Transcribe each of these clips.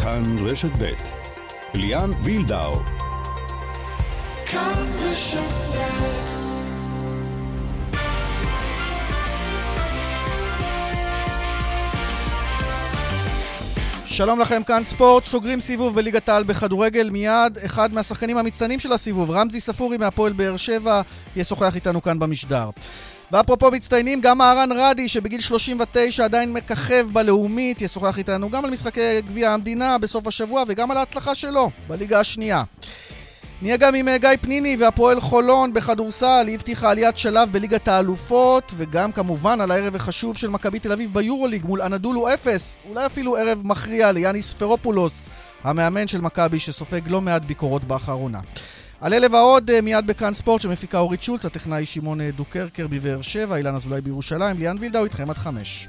כאן רשת ב' ליאן וילדאו. כאן רשת ב'. שלום לכם, כאן ספורט, סוגרים סיבוב בליגת העל בכדורגל. מיד אחד מהשחקנים המצטיינים של הסיבוב, רמזי ספורי מהפועל באר שבע, ישוחח איתנו כאן במשדר. ואפרופו מצטיינים, גם מהרן רדי שבגיל 39 עדיין מככב בלאומית, ישוחח איתנו גם על משחקי גביע המדינה בסוף השבוע וגם על ההצלחה שלו בליגה השנייה. נהיה גם עם גיא פניני והפועל חולון בכדורסל, היא הבטיחה עליית שלב בליגת האלופות, וגם כמובן על הערב החשוב של מכבי תל אביב ביורוליג מול אנדולו אפס, אולי אפילו ערב מכריע ליאניס פרופולוס, המאמן של מכבי שסופג לא מעט ביקורות באחרונה. על אלה ועוד מיד בכאן ספורט שמפיקה אורית שולץ, הטכנאי שמעון דוקרקר בבאר שבע, אילן אזולאי בירושלים, ליאן וילדאו איתכם עד 5.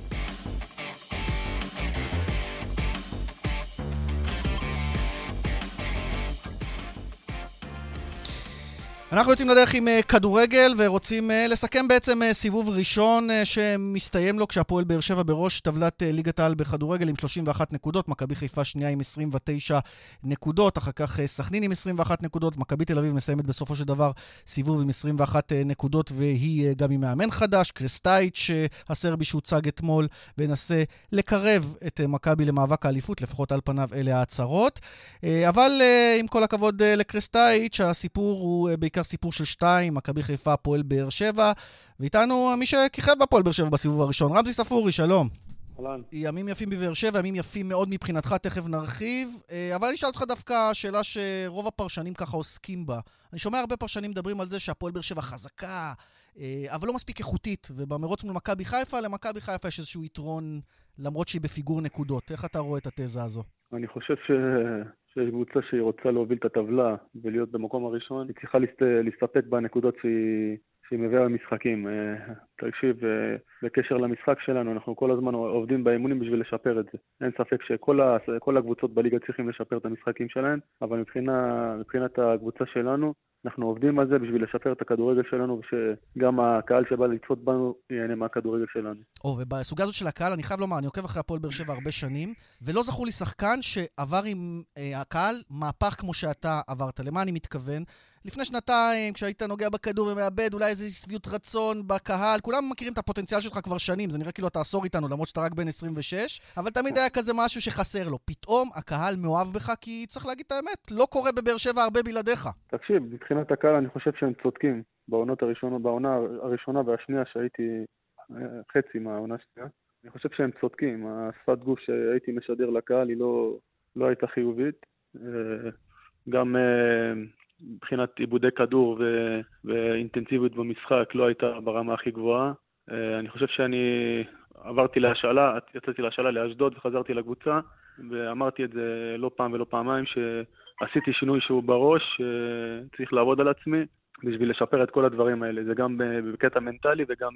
אנחנו יוצאים לדרך עם כדורגל ורוצים לסכם בעצם סיבוב ראשון שמסתיים לו כשהפועל באר שבע בראש טבלת ליגת העל בכדורגל עם 31 נקודות, מכבי חיפה שנייה עם 29 נקודות, אחר כך סכנין עם 21 נקודות, מכבי תל אביב מסיימת בסופו של דבר סיבוב עם 21 נקודות והיא גם עם מאמן חדש, קרסטייץ' הסרבי שהוצג אתמול ונסה לקרב את מכבי למאבק האליפות, לפחות על פניו אלה ההצהרות, אבל עם כל הכבוד לקרסטייץ' הסיפור הוא בעיקר סיפור של 2, מכבי חיפה, הפועל באר שבע, ואיתנו מי שכיכב בפועל באר שבע בסיבוב הראשון, רמזי ספורי, שלום. אהלן. ימים יפים בבאר שבע, ימים יפים מאוד מבחינתך, תכף נרחיב, אבל אני אשאל אותך דווקא שאלה שרוב הפרשנים ככה עוסקים בה. אני שומע הרבה פרשנים מדברים על זה שהפועל באר שבע חזקה, אבל לא מספיק איכותית, ובמרוץ מול מכבי חיפה, למכבי חיפה יש איזשהו יתרון, למרות שהיא בפיגור נקודות. איך אתה רואה את התזה הזו? אני חושב שיש קבוצה שהיא רוצה להוביל את הטבלה ולהיות במקום הראשון, היא צריכה להסתפק בנקודות שהיא מביאה במשחקים. תקשיב, בקשר למשחק שלנו, אנחנו כל הזמן עובדים באימונים בשביל לשפר את זה. אין ספק שכל הקבוצות בליגה צריכים לשפר את המשחקים שלהם, אבל מבחינת הקבוצה שלנו, אנחנו עובדים על זה בשביל לשפר את הכדורגל שלנו, ושגם הקהל שבא לצפות בנו ייהנה מהכדורגל שלנו. ובסוגיה הזאת של הקהל, אני חייב לומר, אני עוקב אחרי הפועל באר שבע הרבה שנים, ולא זכור לי שחקן שעבר עם הקהל מהפך כמו שאתה עברת. למה אני מתכוון? לפני שנתיים, כשהיית נוגע בכדור ומאבד, אולי איזו שביעות רצון בקהל, כולם מכירים את הפוטנציאל שלך כבר שנים, זה נראה כאילו אתה עשור איתנו, למרות שאתה רק בן 26, אבל תמיד היה כזה משהו שחסר לו. פתאום הקהל מאוהב בך, כי צריך להגיד את האמת, לא קורה בבאר שבע הרבה בלעדיך. תקשיב, מבחינת הקהל אני חושב שהם צודקים. בעונה הראשונה והשנייה שהייתי חצי מהעונה השנייה, אני חושב שהם צודקים. השפת גוף שהייתי משדר לקהל היא לא הייתה חיובית. גם מבחינת עיבודי כדור ואינטנסיביות במשחק לא הייתה ברמה הכי גבוהה. אני חושב שאני עברתי להשאלה, יצאתי להשאלה לאשדוד וחזרתי לקבוצה, ואמרתי את זה לא פעם ולא פעמיים, שעשיתי שינוי שהוא בראש, צריך לעבוד על עצמי בשביל לשפר את כל הדברים האלה. זה גם בקטע מנטלי וגם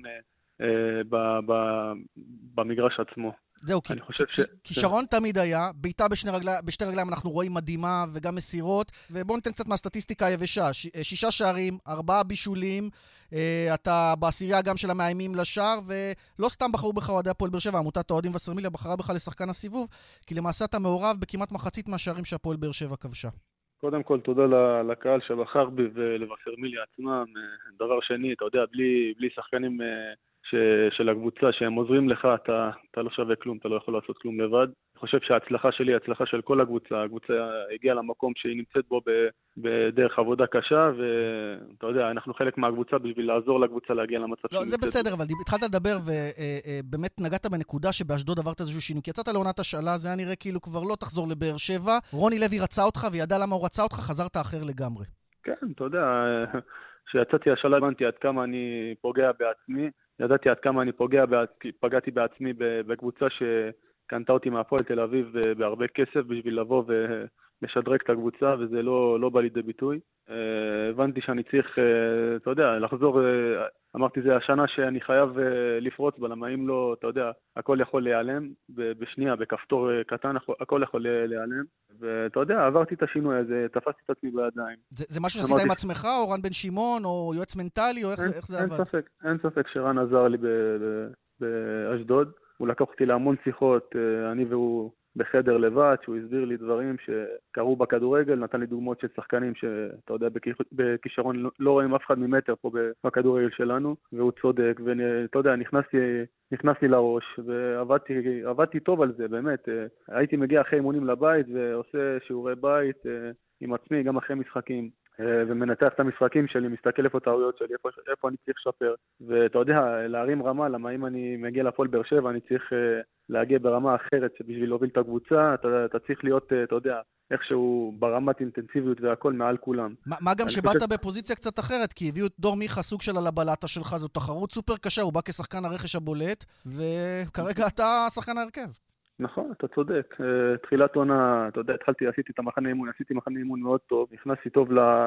במגרש עצמו. זהו, כישרון תמיד היה, בעיטה בשתי רגליים אנחנו רואים מדהימה וגם מסירות, ובואו ניתן קצת מהסטטיסטיקה היבשה, 6 שערים, 4 בישולים, אתה בעשירייה גם של המאיימים לשער, ולא סתם בחרו בך אוהדי הפועל באר שבע, עמותת האוהדים וסרמיליה בחרה בך לשחקן הסיבוב, כי למעשה אתה מעורב בכמעט מחצית מהשערים שהפועל באר שבע כבשה. קודם כל תודה לקהל שבחר בי ולווסרמיליה עצמם. דבר שני, אתה יודע, בלי שחקנים של הקבוצה שהם עוזרים לך, אתה לא שווה כלום, אתה לא יכול לעשות כלום לבד. אני חושב שההצלחה שלי היא הצלחה של כל הקבוצה. הקבוצה הגיעה למקום שהיא נמצאת בו בדרך עבודה קשה, ואתה יודע, אנחנו חלק מהקבוצה בשביל לעזור לקבוצה להגיע למצב שהיא נמצאת. לא, זה בסדר, אבל התחלת לדבר ובאמת נגעת בנקודה שבאשדוד עברת איזשהו שינוי. כי יצאת לעונת השאלה, זה היה נראה כאילו כבר לא תחזור לבאר שבע. רוני לוי רצה אותך וידע למה הוא רצה אותך, חזרת אחר לגמרי. כן, אתה יודע, כשיצאתי השאלה הבנתי עד כמה אני פוגע בעצמי. ידעתי עד כמה אני פגעתי בעצמי בקבוצה שקנתה אותי מהפועל תל אביב בהרבה כסף בשביל לבוא ולשדרג את הקבוצה, וזה לא בא לידי ביטוי. הבנתי שאני צריך, אתה יודע, לחזור, אמרתי זה השנה שאני חייב לפרוץ בה, למה אם לא, אתה יודע, הכל יכול להיעלם, בשנייה, בכפתור קטן, הכל יכול להיעלם, ואתה יודע, עברתי את השינוי הזה, תפסתי את עצמי בידיים. זה משהו שעשית עם עצמך, או רן בן שמעון, או יועץ מנטלי, או איך זה עבד? אין ספק שרן עזר לי באשדוד, הוא לקח אותי להמון שיחות, אני והוא בחדר לבד, שהוא הסביר לי דברים שקרו בכדורגל, נתן לי דוגמאות של שחקנים שאתה יודע, בכישרון לא רואים אף אחד ממטר פה בכדורגל שלנו, והוא צודק, ואתה יודע, נכנס לי לראש, ועבדתי טוב על זה, באמת. הייתי מגיע אחרי אימונים לבית, ועושה שיעורי בית עם עצמי, גם אחרי משחקים. ומנתח את המשחקים שלי, מסתכל איפה טעויות שלי, איפה אני צריך לשפר. ואתה יודע, להרים רמה, למה אם אני מגיע לפועל באר שבע, אני צריך להגיע ברמה אחרת, שבשביל להוביל את הקבוצה, אתה צריך להיות, אתה יודע, איכשהו ברמת אינטנסיביות והכל מעל כולם. מה גם שבאת בפוזיציה קצת אחרת, כי הביאו את דור מיכה, סוג של הלבלטה שלך, זו תחרות סופר קשה, הוא בא כשחקן הרכש הבולט, וכרגע אתה שחקן ההרכב. נכון, אתה צודק. תחילת עונה, אתה יודע, עשיתי מחנה אימון מאוד טוב, נכנסתי טוב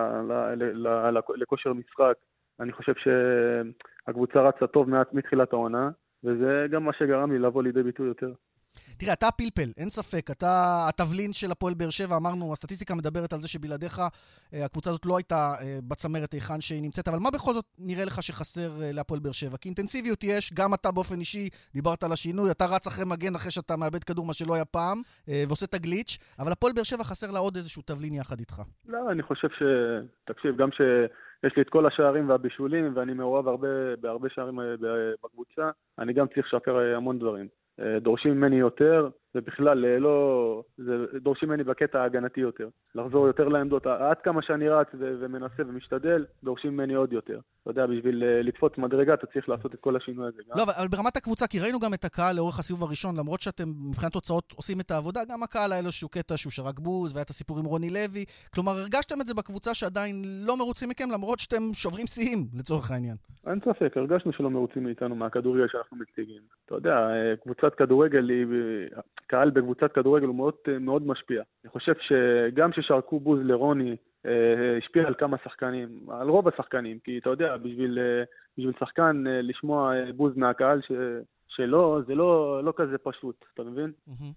לכושר משחק. אני חושב שהקבוצה רצה טוב מתחילת העונה, וזה גם מה שגרם לי לבוא לידי ביטוי יותר. תראה, אתה פלפל, אין ספק, אתה התבלין של הפועל באר שבע, אמרנו, הסטטיסטיקה מדברת על זה שבלעדיך הקבוצה הזאת לא הייתה בצמרת היכן שהיא נמצאת, אבל מה בכל זאת נראה לך שחסר להפועל באר שבע? כי אינטנסיביות יש, גם אתה באופן אישי דיברת על השינוי, אתה רץ אחרי מגן אחרי שאתה מאבד כדור מה שלא היה פעם, ועושה את הגליץ', אבל הפועל באר שבע חסר לה עוד איזשהו תבלין יחד איתך. לא, אני חושב תקשיב, גם יש לי את כל השערים והבישולים, ואני מעורב בהרבה שערים בקבוצה, אני גם צריך לשפר המון דברים. דורשים ממני יותר, ובכלל דורשים ממני בקטע ההגנתי יותר. לחזור יותר לעמדות, עד כמה שאני רץ ומנסה ומשתדל, דורשים ממני עוד יותר. אתה יודע, בשביל לקפוץ מדרגה, אתה צריך לעשות את כל השינוי הזה. לא, אבל ברמת הקבוצה, כי ראינו גם את הקהל לאורך הסיבוב הראשון, למרות שאתם מבחינת תוצאות עושים את העבודה, גם הקהל היה לו שהוא קטע שהוא שרק בוז, והיה את הסיפור עם רוני לוי. כלומר, הרגשתם את זה בקבוצה שעדיין לא מרוצים מכם, למרות שאתם שוברים שיאים, לצורך העניין. אין ספק, הרגשנו שלא מרוצים מאיתנו מהכדורגל שאנחנו מציגים. אתה יודע, קבוצת כדורגל קהל בקבוצת כדורגל הוא מאוד, מאוד משפיע. אני חושב שגם ששרקו בוז לרוני, השפיע על כמה שחקנים, על רוב השחקנים, כי אתה יודע, בשביל שחקן לשמוע בוז מהקהל שלו, זה לא כזה פשוט, אתה מבין?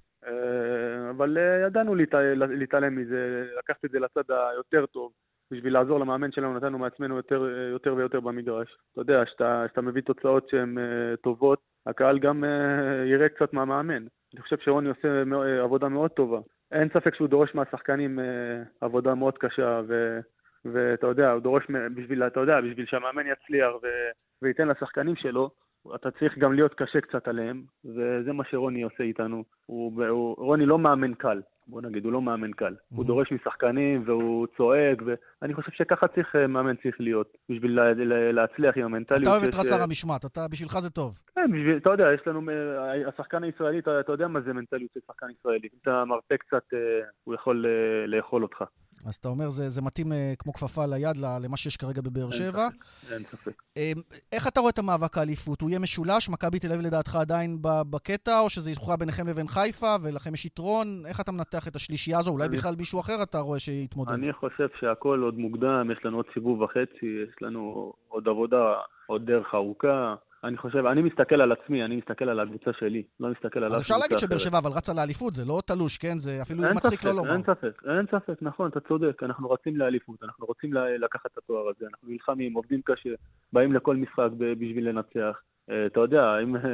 אבל ידענו להתעלם מזה, לקחת את זה לצד היותר טוב, בשביל לעזור למאמן שלנו, נתנו מעצמנו יותר ויותר במגרש. אתה יודע, שאתה מביא תוצאות שהן טובות, הקהל גם יראה קצת מהמאמן. אני חושב שרוני עושה עבודה מאוד טובה. אין ספק שהוא דורש מהשחקנים עבודה מאוד קשה, ואתה יודע, הוא דורש בשביל שהמאמן יצליח וייתן לשחקנים שלו, אתה צריך גם להיות קשה קצת עליהם, וזה מה שרוני עושה איתנו. רוני לא מאמן קל, בוא נגיד, הוא לא מאמן קל. הוא דורש משחקנים והוא צועק, ואני חושב שככה מאמן צריך להיות, בשביל להצליח עם המנטליות. אתה אוהב את רס"ר המשמעת, בשבילך זה טוב. כן, אתה יודע, יש לנו, השחקן הישראלי, אתה יודע מה זה מנטליות של שחקן ישראלי. אם אתה מרפא קצת, הוא יכול לאכול אותך. אז אתה אומר, זה מתאים כמו כפפה ליד למה שיש כרגע בבאר שבע. אין ספק. איך אתה רואה את המאבק האליפות? הוא יהיה משולש? מכבי תל אביב לדעתך עדיין בקטע, או שזה יוכרע ביניכם לבין חיפה, ולכם יש יתרון? איך אתה מנתח את השלישייה הזו? אולי בכלל מישהו אחר אתה רואה שיתמודד? אני חושב שהכל עוד מוקדם, יש לנו עוד סיבוב וחצי, יש לנו עוד עבודה, עוד דרך ארוכה. אני מסתכל על עצמי, אני מסתכל על הקבוצה שלי, לא מסתכל על הקבוצה אחרת. אז אפשר להגיד שבאר שבע אבל רצה לאליפות, זה לא תלוש, כן? זה אפילו מצחיק לא לומר. אין ספק, נכון, אתה צודק, אנחנו רצים לאליפות, אנחנו רוצים לקחת את התואר הזה, אנחנו נלחמים, עובדים קשה, באים לכל משחק בשביל לנצח. אתה יודע,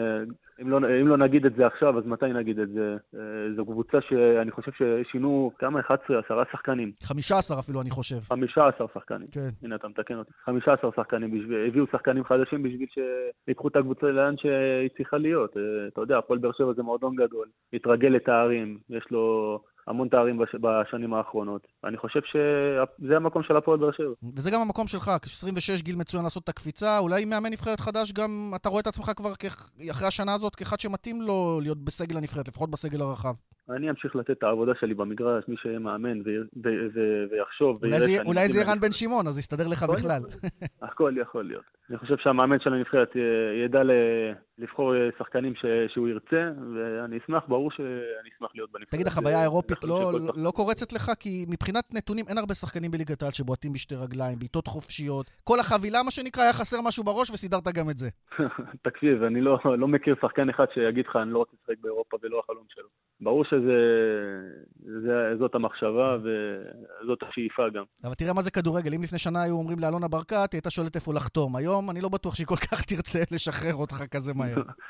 אם לא נגיד את זה עכשיו, אז מתי נגיד את זה? זו קבוצה שאני חושב ששינו כמה? 11, 10 שחקנים. 15 אפילו, אני חושב. 15 שחקנים. כן. הנה, אתה מתקן אותי. 15 שחקנים, הביאו שחקנים חדשים בשביל שיקחו את הקבוצה לאן שהיא צריכה להיות. אתה יודע, הפועל באר שבע זה מועדון גדול. התרגל לתארים, יש לו המון תארים בשנים האחרונות. אני חושב שזה המקום של הפועל באר שבע. וזה גם המקום שלך, כש-26 גיל מצוין לעשות את הקפיצה, אולי מאמן נבחרת חדש גם, אתה רואה את עצמך כבר אחרי השנה הזאת, כאחד שמתאים לו להיות בסגל הנבחרת, לפחות בסגל הרחב. אני אמשיך לתת את העבודה שלי במגרש, מי שיהיה מאמן ויחשוב. אולי זה יהיה רן בן שמעון, אז יסתדר לך בכלל. הכל יכול להיות. אני חושב שהמאמן של הנבחרת ידע לבחור שחקנים שהוא ירצה, ואני אשמח, ברור שאני אשמח להיות בנבחרת. תגיד, החוויה האירופית לא קורצת לך, כי מבחינת נתונים אין הרבה שחקנים בליגת העל שבועטים בשתי רגליים, בעיטות חופשיות. כל החבילה, מה שנקרא, היה חסר משהו בראש וסידרת גם את זה. תקשיב, אני לא מכיר שחקן אחד שיגיד לך, אני לא רוצה לשחק באירופה ולא החלום שלו. ברור שזאת המחשבה וזאת השאיפה גם. אבל תראה מה זה כדורגל. אם לפני שנה היו אומרים לאלונה ברקת, היא הייתה שואלת איפה לחתום. היום אני לא בטוח שהיא כל כך תרצה לשחרר אותך כזה מהר.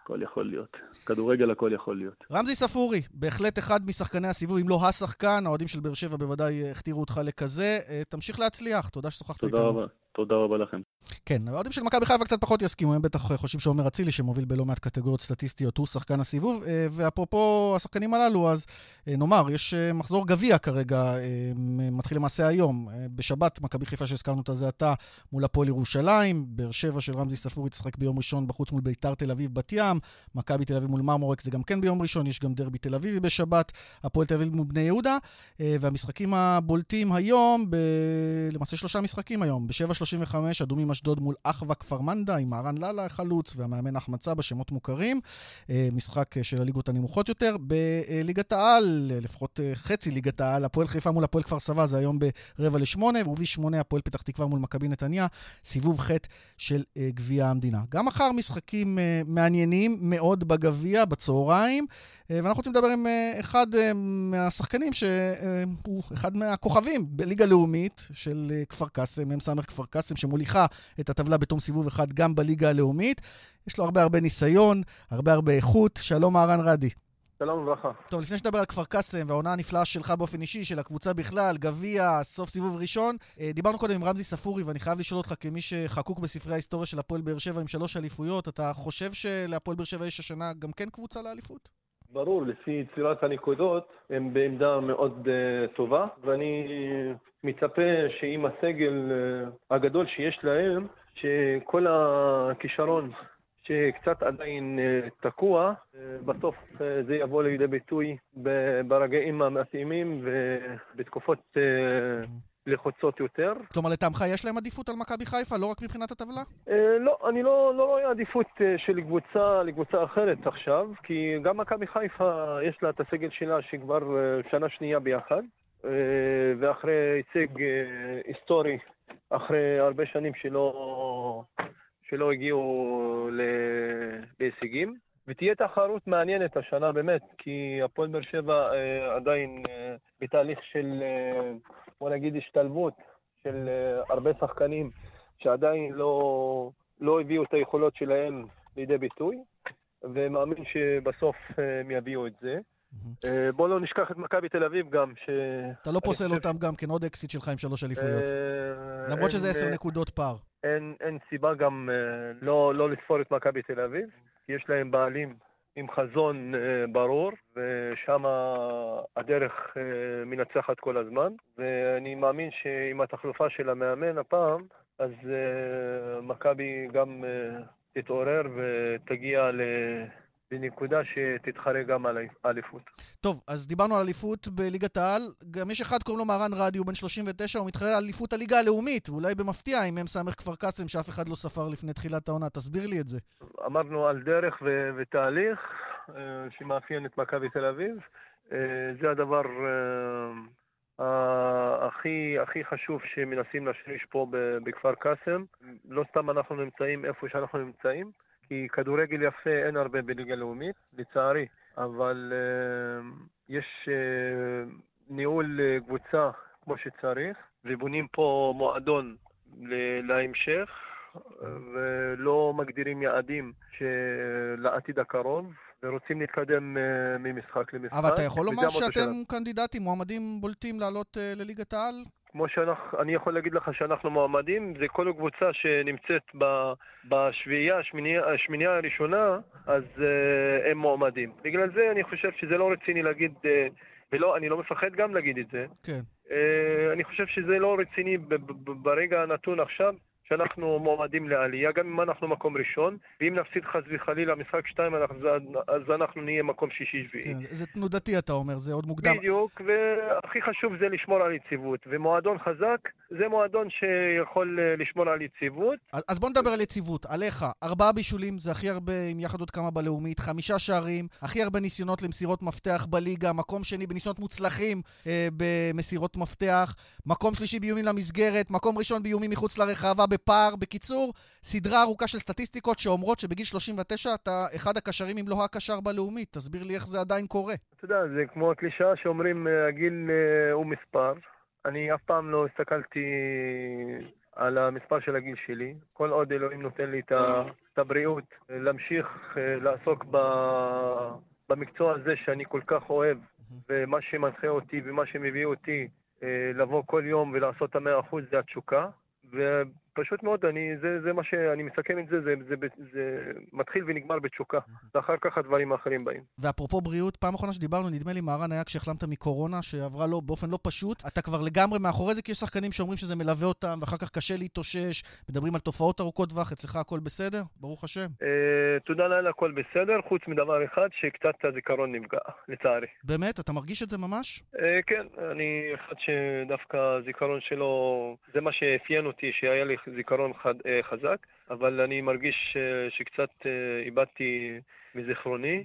הכל יכול להיות. כדורגל הכל יכול להיות. רמזי ספורי, בהחלט אחד משחקני הסיבוב, אם לא השחקן, האוהדים של באר שבע בוודאי הכתירו אותך לכזה. תמשיך להצליח, תודה ששוחחת איתנו. תודה רבה, תודה רבה לכם. כן, האוהדים של מכבי חיפה קצת פחות יסכימו, הם בטח חושבים שעומר אצילי, שמוביל בלא מעט קטגוריות סטטיסטיות, הוא שחקן הסיבוב, ואפרופו השחקנים הללו, אז נאמר, יש מחזור גביע כרגע, מתחיל למעשה היום, בשבת, מכבי חיפה שהזכרנו את זה עתה, מול הפועל ירושלים, באר שבע של רמזי ספורי תשחק ביום ראשון בחוץ מול ביתר תל אביב בת ים, מכבי תל אביב מול מרמורק זה גם כן ביום ראשון, יש גם דרבי תל אביבי בשבת, הפועל תל אביב מול בני יהודה, והמשחקים הבולטים היום, למעשה 3 משחקים היום, ב-7:35 אדומים אשדוד מול אחווה כפר מנדה, עם מהרן ללה החלוץ והמאמן אחמד סבא, שמות מוכרים. משחק של הליגות הנמוכות יותר. בליגת העל, לפחות חצי ליגת העל, הפועל חיפה מול הפועל כפר סבא, זה היום ב7:45, וב8 הפועל פתח תקווה מול מכבי נתניה, סיבוב ח' של גביע המדינה. גם מחר משחקים מעניינים מאוד בגביע, בצהריים, ואנחנו רוצים לדבר עם אחד מהשחקנים שהוא אחד מהכוכבים בליגה לאומית של כפר קאסם, מ"ס כפר קאסם, שמוליכה את הטבלה בתום סיבוב אחד גם בליגה הלאומית. יש לו הרבה ניסיון, הרבה איכות. שלום מהרן רדי. שלום וברכה. טוב, לפני שדבר על כפר קאסם והעונה הנפלאה שלך באופן אישי, של הקבוצה בכלל, גביע, סוף סיבוב ראשון, דיברנו קודם עם רמזי ספורי, ואני חייב לשאול אותך כמי שחקוק בספרי ההיסטוריה של הפועל באר שבע עם 3 אליפויות, אתה חושב שלהפועל באר שבע יש השנה גם כן קבוצה לאליפות? ברור, לפי יצירת הנקודות, הם בעמדה מאוד טובה, ואני מצפה שעם הסגל הגדול שיש להם, שכל הכישרון שקצת עדיין תקוע, בסוף זה יבוא לידי ביטוי ברגעים המתאימים ובתקופות לחוצות יותר. כלומר, לטעמך יש להם עדיפות על מכבי חיפה, לא רק מבחינת הטבלה? לא, אני לא רואה עדיפות של קבוצה אחרת עכשיו, כי גם מכבי חיפה יש לה את הסגל שלה שכבר שנה שנייה ביחד, ואחרי הישג היסטורי, אחרי הרבה שנים שלא הגיעו להישגים, ותהיה תחרות מעניינת השנה באמת, כי הפועל באר שבע עדיין בתהליך של, בוא נגיד, השתלבות של הרבה שחקנים שעדיין לא הביאו את היכולות שלהם לידי ביטוי, ומאמין שבסוף הם יביאו את זה. בוא לא נשכח את מכבי תל אביב גם. אתה לא פוסל אותם גם כן, עוד אקסיט שלך עם 3 אליפויות. למרות שזה 10 נקודות פער. אין סיבה גם לא לספור את מכבי תל אביב. יש להם בעלים עם חזון ברור, ושם הדרך מנצחת כל הזמן. ואני מאמין שעם התחלופה של המאמן הפעם, אז מכבי גם תתעורר ותגיע בנקודה שתתחרה גם על האליפות. טוב, אז דיברנו על אליפות בליגת העל, גם יש אחד קוראים לו מהרן רדי, הוא בן 39, הוא מתחרה על אליפות הליגה הלאומית, ואולי במפתיע עם מ"ס כפר קאסם שאף אחד לא ספר לפני תחילת העונה, תסביר לי את זה. אמרנו על דרך ותהליך שמאפיין את מכבי תל אביב, זה הדבר הכי חשוב שמנסים להשריש פה בכפר קאסם. לא סתם אנחנו נמצאים איפה שאנחנו נמצאים, כי כדורגל יפה אין הרבה בליגה לאומית, לצערי, אבל יש ניהול קבוצה כמו שצריך, ובונים פה מועדון להמשך, ולא מגדירים יעדים לעתיד הקרוב, ורוצים להתקדם ממשחק למשחק. אבל אתה יכול לומר שאתם קנדידטים, מועמדים בולטים לעלות לליגת העל? כמו אני יכול להגיד לך שאנחנו מועמדים, זה כל קבוצה שנמצאת השמינייה הראשונה, אז הם מועמדים. בגלל זה אני חושב שזה לא רציני להגיד, אני לא מפחד גם להגיד את זה. כן. אני חושב שזה לא רציני ברגע הנתון עכשיו, שאנחנו מועמדים לעלייה, גם אם אנחנו מקום ראשון, ואם נפסיד חס וחלילה משחק 2, אז אנחנו נהיה מקום 6-7. כן, זה תנודתי אתה אומר, זה עוד מוקדם. בדיוק, והכי חשוב זה לשמור על יציבות, ומועדון חזק זה מועדון שיכול לשמור על יציבות. אז בוא נדבר על יציבות, עליך, 4 בישולים, זה הכי הרבה, עם יחד עוד כמה בלאומית, 5 שערים, הכי הרבה ניסיונות למסירות מפתח בליגה, מקום שני בניסיונות מוצלחים במסירות מפתח, מקום שלישי באיומים למסגרת, מקום ראשון באיומים מחוץ לרחבה, בפער. בקיצור, סדרה ארוכה של סטטיסטיקות שאומרות שבגיל 39 אתה אחד הקשרים אם לא הקשר בלאומית. תסביר לי איך זה עדיין קורה. אתה יודע, זה כמו הקלישאה שאומרים הגיל הוא מספר. אני אף פעם לא הסתכלתי על המספר של הגיל שלי. כל עוד אלוהים נותן לי את את הבריאות, להמשיך לעסוק במקצוע הזה שאני כל כך אוהב, ומה שמנחה אותי ומה שמביא אותי לבוא כל יום ולעשות 100% זה התשוקה, ופשוט מאוד, זה מה שאני מסכם את זה מתחיל ונגמר בתשוקה, ואחר כך הדברים האחרים באים. ואפרופו בריאות, פעם אחרונה שדיברנו, נדמה לי מהרן היה כשהחלמת מקורונה, שעברה לו באופן לא פשוט, אתה כבר לגמרי מאחורי זה, כי יש שחקנים שאומרים שזה מלווה אותם, ואחר כך קשה להתאושש, מדברים על תופעות ארוכות טווח, אצלך הכל בסדר? ברוך השם. תודה לאל, הכל בסדר, חוץ מדבר אחד, שקצת הזיכרון נפגע, לצערי. באמת? אתה מרגיש את זה ממש? כן, אני אחד שדווקא הזיכרון שלו, זה מה שאפיין אותי, שהיה לי זיכרון חזק, אבל אני מרגיש שקצת איבדתי מזיכרוני.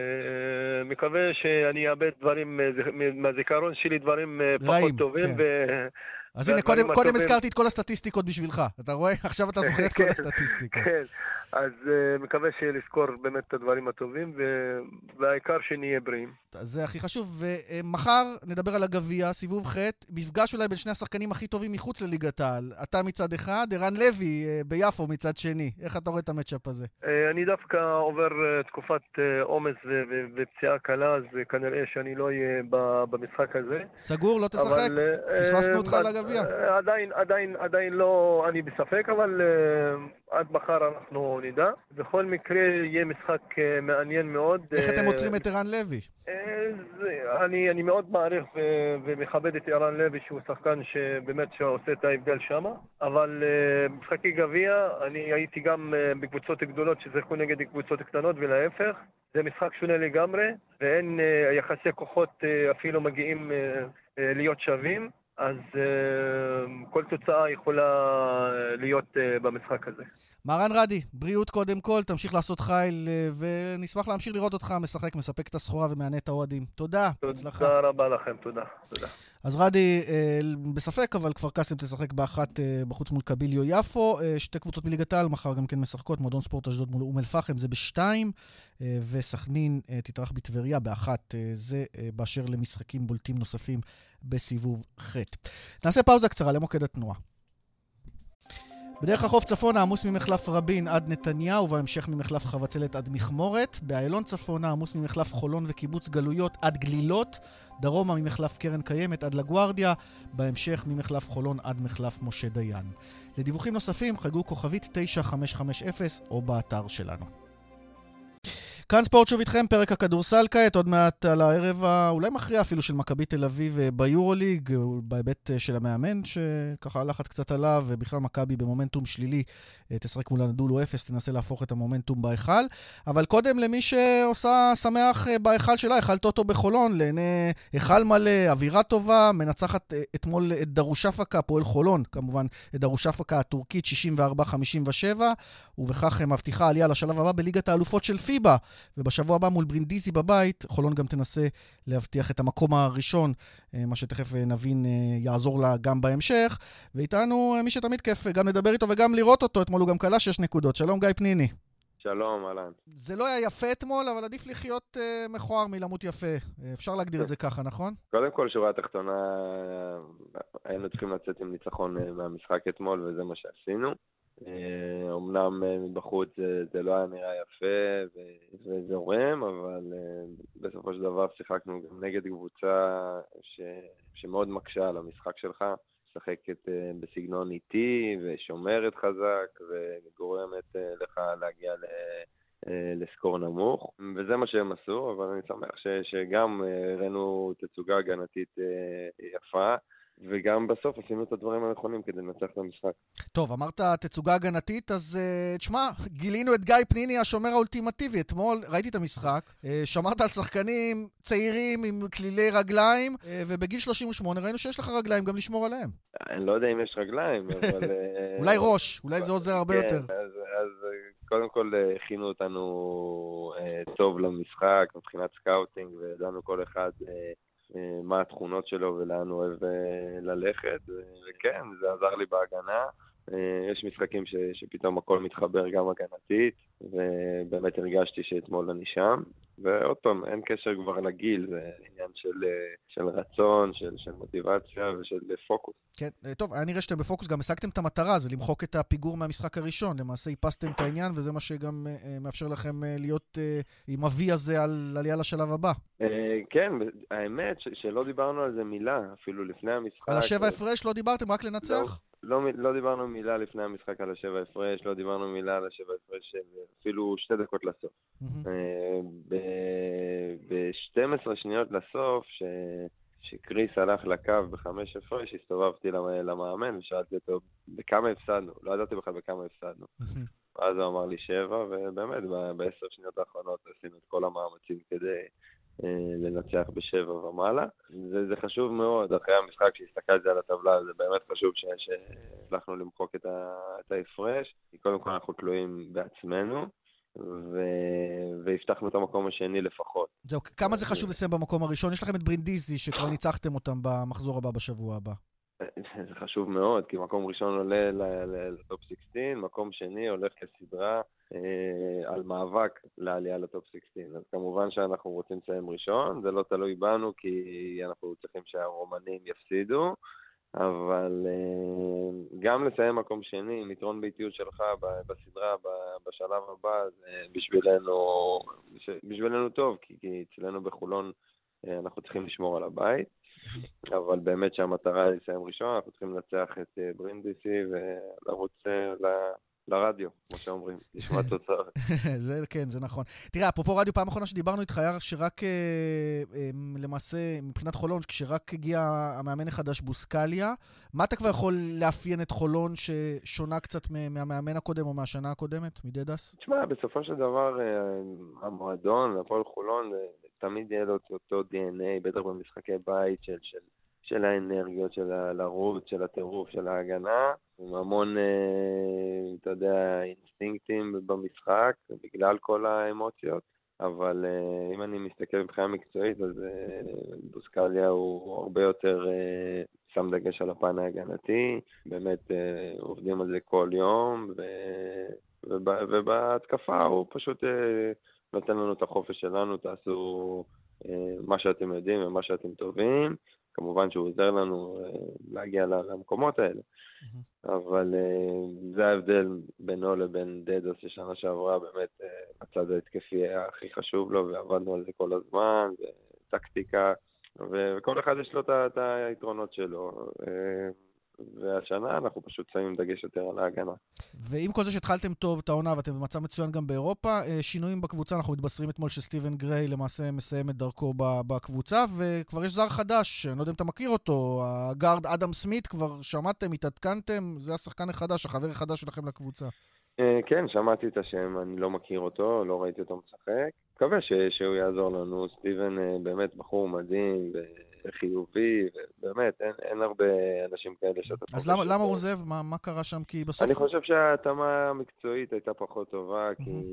מקווה שאני אאבד דברים מהזיכרון שלי, דברים פחות טובים. אז הנה, קודם הזכרתי את כל הסטטיסטיקות בשבילך. אתה רואה? עכשיו אתה זוכר את כל הסטטיסטיקות. כן, אז מקווה שלזכור באמת את הדברים הטובים, והעיקר שנהיה בריאים. זה הכי חשוב. ומחר נדבר על הגביע, סיבוב ח', מפגש אולי בין שני השחקנים הכי טובים מחוץ לליגת העל. אתה מצד אחד, ערן לוי ביפו מצד שני. איך אתה רואה את המאצ'אפ הזה? אני דווקא עובר תקופת עומס ופציעה קלה, אז כנראה שאני לא אהיה במשחק הזה. סגור, לא תשחק? פספסנו אותך לגביע? עדיין לא, אני בספק, אבל עד מחר אנחנו נדע. בכל מקרה יהיה משחק מעניין מאוד. איך אתם עוצרים את ערן לוי? אני מאוד מעריך ומכבד את ערן לוי, שהוא שחקן שבאמת שעושה את ההבדל שם, אבל משחקי גביע, אני הייתי גם בקבוצות גדולות שזרקו נגד קבוצות קטנות, ולהפך, זה משחק שונה לגמרי, ואין יחסי כוחות אפילו מגיעים להיות שווים, אז כל תוצאה יכולה להיות במשחק הזה. מהרן רדי, בריאות קודם כל, תמשיך לעשות חייל, ונשמח להמשיך לראות אותך משחק, מספק את הסחורה ומענה את האוהדים. תודה, הצלחה. תודה רבה לכם, תודה. אז רדי, בספק, אבל כפר קאסם תשחק באחת בחוץ מול קביליו יפו, שתי קבוצות מליגת העל, מחר גם כן משחקות, מועדון ספורט אשדוד מול אום אל-פחם, זה ב-2, וסכנין תתארח בטבריה באחת, זה באשר למשחקים בולטים נוספים בסיבוב ח'. נעשה פאוזה קצרה למוקד התנועה. בדרך החוף צפונה עמוס ממחלף רבין עד נתניה, ובהמשך ממחלף חבצלת עד מכמורת. באיילון צפונה עמוס ממחלף חולון וקיבוץ גלויות עד גלילות. דרומה ממחלף קרן קיימת עד לגוארדיה. בהמשך ממחלף חולון עד מחלף משה דיין. לדיווחים נוספים חגגו כוכבית 9550 או באתר שלנו. כאן ספורט שוב איתכם, פרק הכדורסל כעת, עוד מעט על הערב אולי מכריע אפילו של מכבי תל אביב ביורוליג, בהיבט של המאמן שככה הלחץ קצת עליו, ובכלל מכבי במומנטום שלילי תשחק מול הנדולו 0, תנסה להפוך את המומנטום בהיכל, אבל קודם למי שעושה שמח בהיכל שלה, היכל טוטו בחולון, לעיני היכל מלא, אווירה טובה, מנצחת אתמול את דרושפקה, פועל חולון כמובן, את דרושפקה הטורקית 64-57, ובכך מבטיחה עלייה לשלב הבא בליגת האלופות של פיבה, ובשבוע הבא מול ברינדיזי בבית, חולון גם תנסה להבטיח את המקום הראשון, מה שתכף נבין יעזור לה גם בהמשך, ואיתנו מי שתמיד כיף גם לדבר איתו וגם לראות אותו, אתמול הוא גם קלה 6 נקודות. שלום גיא פניני. שלום, אלן. זה לא היה יפה אתמול, אבל עדיף לחיות מכוער מלמות יפה. אפשר להגדיר את זה ככה, נכון? קודם כל, שורה התחתונה, היינו צריכים לצאת עם ניצחון מהמשחק אתמול, וזה מה שעשינו. אמנם מבחוץ זה לא היה נראה יפה וזורם, אבל בסופו של דבר שיחקנו גם נגד קבוצה שמאוד מקשה על המשחק שלך, משחקת בסגנון איטי ושומרת חזק וגורמת לך להגיע לסקור נמוך, וזה מה שהם עשו, אבל אני שמח שגם ראינו תצוגה הגנתית יפה, וגם בסוף עשינו את הדברים הנכונים כדי לנצח את המשחק. טוב, אמרת תצוגה הגנתית, אז תשמע, גילינו את גיא פניני, השומר האולטימטיבי. אתמול ראיתי את המשחק, שמרת על שחקנים צעירים עם כלילי רגליים, ובגיל 38 ראינו שיש לך רגליים גם לשמור עליהם. אני לא יודע אם יש רגליים, אבל... אולי ראש, אולי זה עוזר הרבה יותר. אז קודם כל הכינו אותנו טוב למשחק, מבחינת סקאוטינג, וידענו כל אחד... מה התכונות שלו ולאן הוא אוהב ללכת, וכן, זה עזר לי בהגנה. יש משחקים שפתאום הכל מתחבר גם הגנתית, ובאמת הרגשתי שאתמול אני שם, ועוד פעם, אין קשר כבר לגיל, זה עניין של רצון, של מוטיבציה ושל פוקוס. כן, טוב, היה נראה שאתם בפוקוס, גם השגתם את המטרה, זה למחוק את הפיגור מהמשחק הראשון, למעשה איפסתם את העניין, וזה מה שגם מאפשר לכם להיות עם אבי הזה על עלייה לשלב הבא. כן, האמת שלא דיברנו על זה מילה, אפילו לפני המשחק. על השבע הפרש לא דיברתם, רק לנצח? לא דיברנו מילה לפני המשחק על השבע הפרש, לא דיברנו מילה על השבע הפרש, אפילו 2 דקות לסוף. ב-12 שניות לסוף, שקריס הלך לקו ב5 הפרש, הסתובבתי למאמן ושאלתי אותו בכמה הפסדנו, לא ידעתי בכלל בכמה הפסדנו. אז הוא אמר לי 7, ובאמת ב10 שניות האחרונות עשינו את כל המאמצים כדי לנצח ב7 ומעלה. זה חשוב מאוד, אחרי המשחק שהסתכלתי על הטבלה, זה באמת חשוב שהצלחנו למחוק את ההפרש, כי קודם כל אנחנו תלויים בעצמנו, והבטחנו את המקום השני לפחות. זהו, כמה זה חשוב לסיים במקום הראשון? יש לכם את ברינדיזי שכבר ניצחתם אותם במחזור הבא בשבוע הבא. זה חשוב מאוד, כי מקום ראשון עולה לטופ 16, מקום שני הולך לסדרה על מאבק לעלייה לטופ 16. אז כמובן שאנחנו רוצים לסיים ראשון, זה לא תלוי בנו, כי אנחנו צריכים שהרומנים יפסידו, אבל גם לסיים מקום שני, עם יתרון ביתיות שלך בסדרה, בשלב הבא, זה בשבילנו טוב, כי אצלנו בחולון אנחנו צריכים לשמור על הבית. אבל באמת שהמטרה היא לסיים ראשון, אנחנו צריכים לנצח את ברינדיסי ולרוץ לרדיו, כמו שאומרים, לשמוע תוצאות. זה כן, זה נכון. תראה, אפרופו רדיו, פעם אחרונה שדיברנו איתך היה שרק למעשה, מבחינת חולון, כשרק הגיע המאמן החדש בוסקליה, מה אתה כבר יכול לאפיין את חולון ששונה קצת מהמאמן הקודם או מהשנה הקודמת, מדדס? תשמע, בסופו של דבר, המועדון, הפועל חולון, תמיד יהיה לו אותו DNA, בטח במשחקי בית של האנרגיות, של הלרוץ, של הטירוף, של ההגנה, עם המון, אתה יודע, אינסטינקטים במשחק, בגלל כל האמוציות, אבל אם אני מסתכל מבחינה מקצועית, אז בוסקליה הוא הרבה יותר שם דגש על הפן ההגנתי, באמת עובדים על זה כל יום, ובהתקפה הוא פשוט נותן לנו את החופש שלנו, תעשו מה שאתם יודעים ומה שאתם טובים, כמובן שהוא עוזר לנו להגיע למקומות האלה, אבל זה ההבדל בינו לבין דדוס ששנה שעברה, באמת הצד ההתקפי היה הכי חשוב לו, ועבדנו על זה כל הזמן, וטקטיקה, וכל אחד יש לו את היתרונות שלו, והשנה אנחנו פשוט שמים דגש יותר על ההגנה. ועם כל זה שהתחלתם טוב את העונה ואתם במצב מצוין גם באירופה, שינויים בקבוצה, אנחנו מתבשרים אתמול שסטיבן גריי למעשה מסיים את דרכו בקבוצה, וכבר יש זר חדש, אני לא יודע אם אתה מכיר אותו, הגארד אדם סמית, כבר שמעתם, התעדכנתם, זה השחקן החדש, החבר החדש שלכם לקבוצה. כן, שמעתי את השם, אני לא מכיר אותו, לא ראיתי אותו משחק. מקווה שהוא יעזור לנו, סטיבן באמת בחור מדהים וחיובי, ובאמת אין הרבה אנשים כאלה שאתה... אז למה הוא עוזב? מה קרה שם? כי בסוף... אני חושב שההתאמה המקצועית הייתה פחות טובה,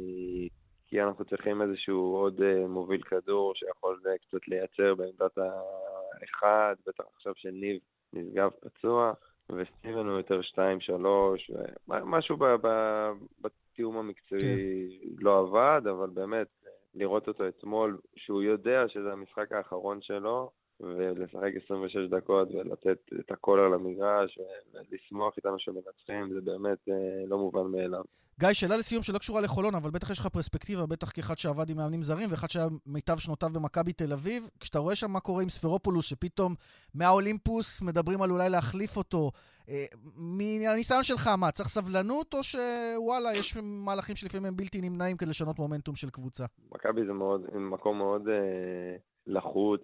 כי אנחנו צריכים איזשהו עוד מוביל כדור שיכול קצת לייצר בעמדת האחד, בטח עכשיו שניב נסגב פצוע. וסטיבן הוא יותר 2-3, משהו בתיאום המקצועי לא עבד, אבל באמת לראות אותו אתמול, שהוא יודע שזה המשחק האחרון שלו, ולשחק 26 דקות ולתת את הכל על המגרש, ולשמוח איתנו שמנצחים, זה באמת לא מובן מאליו. גיא, שאלה לסיום שלא קשורה לחולון, אבל בטח יש לך פרספקטיבה, בטח כאחד שעבד עם מאמנים זרים, ואחד שהיה מיטב שנותיו במכבי תל אביב, כשאתה רואה שם מה קורה עם ספרופולוס, שפתאום מהאולימפוס מדברים על אולי להחליף אותו, מהניסיון שלך, מה, צריך סבלנות, או שוואלה, יש מהלכים שלפעמים הם בלתי נמנעים כדי לשנות מומנטום של קבוצה? מכבי זה מקום מאוד לחוץ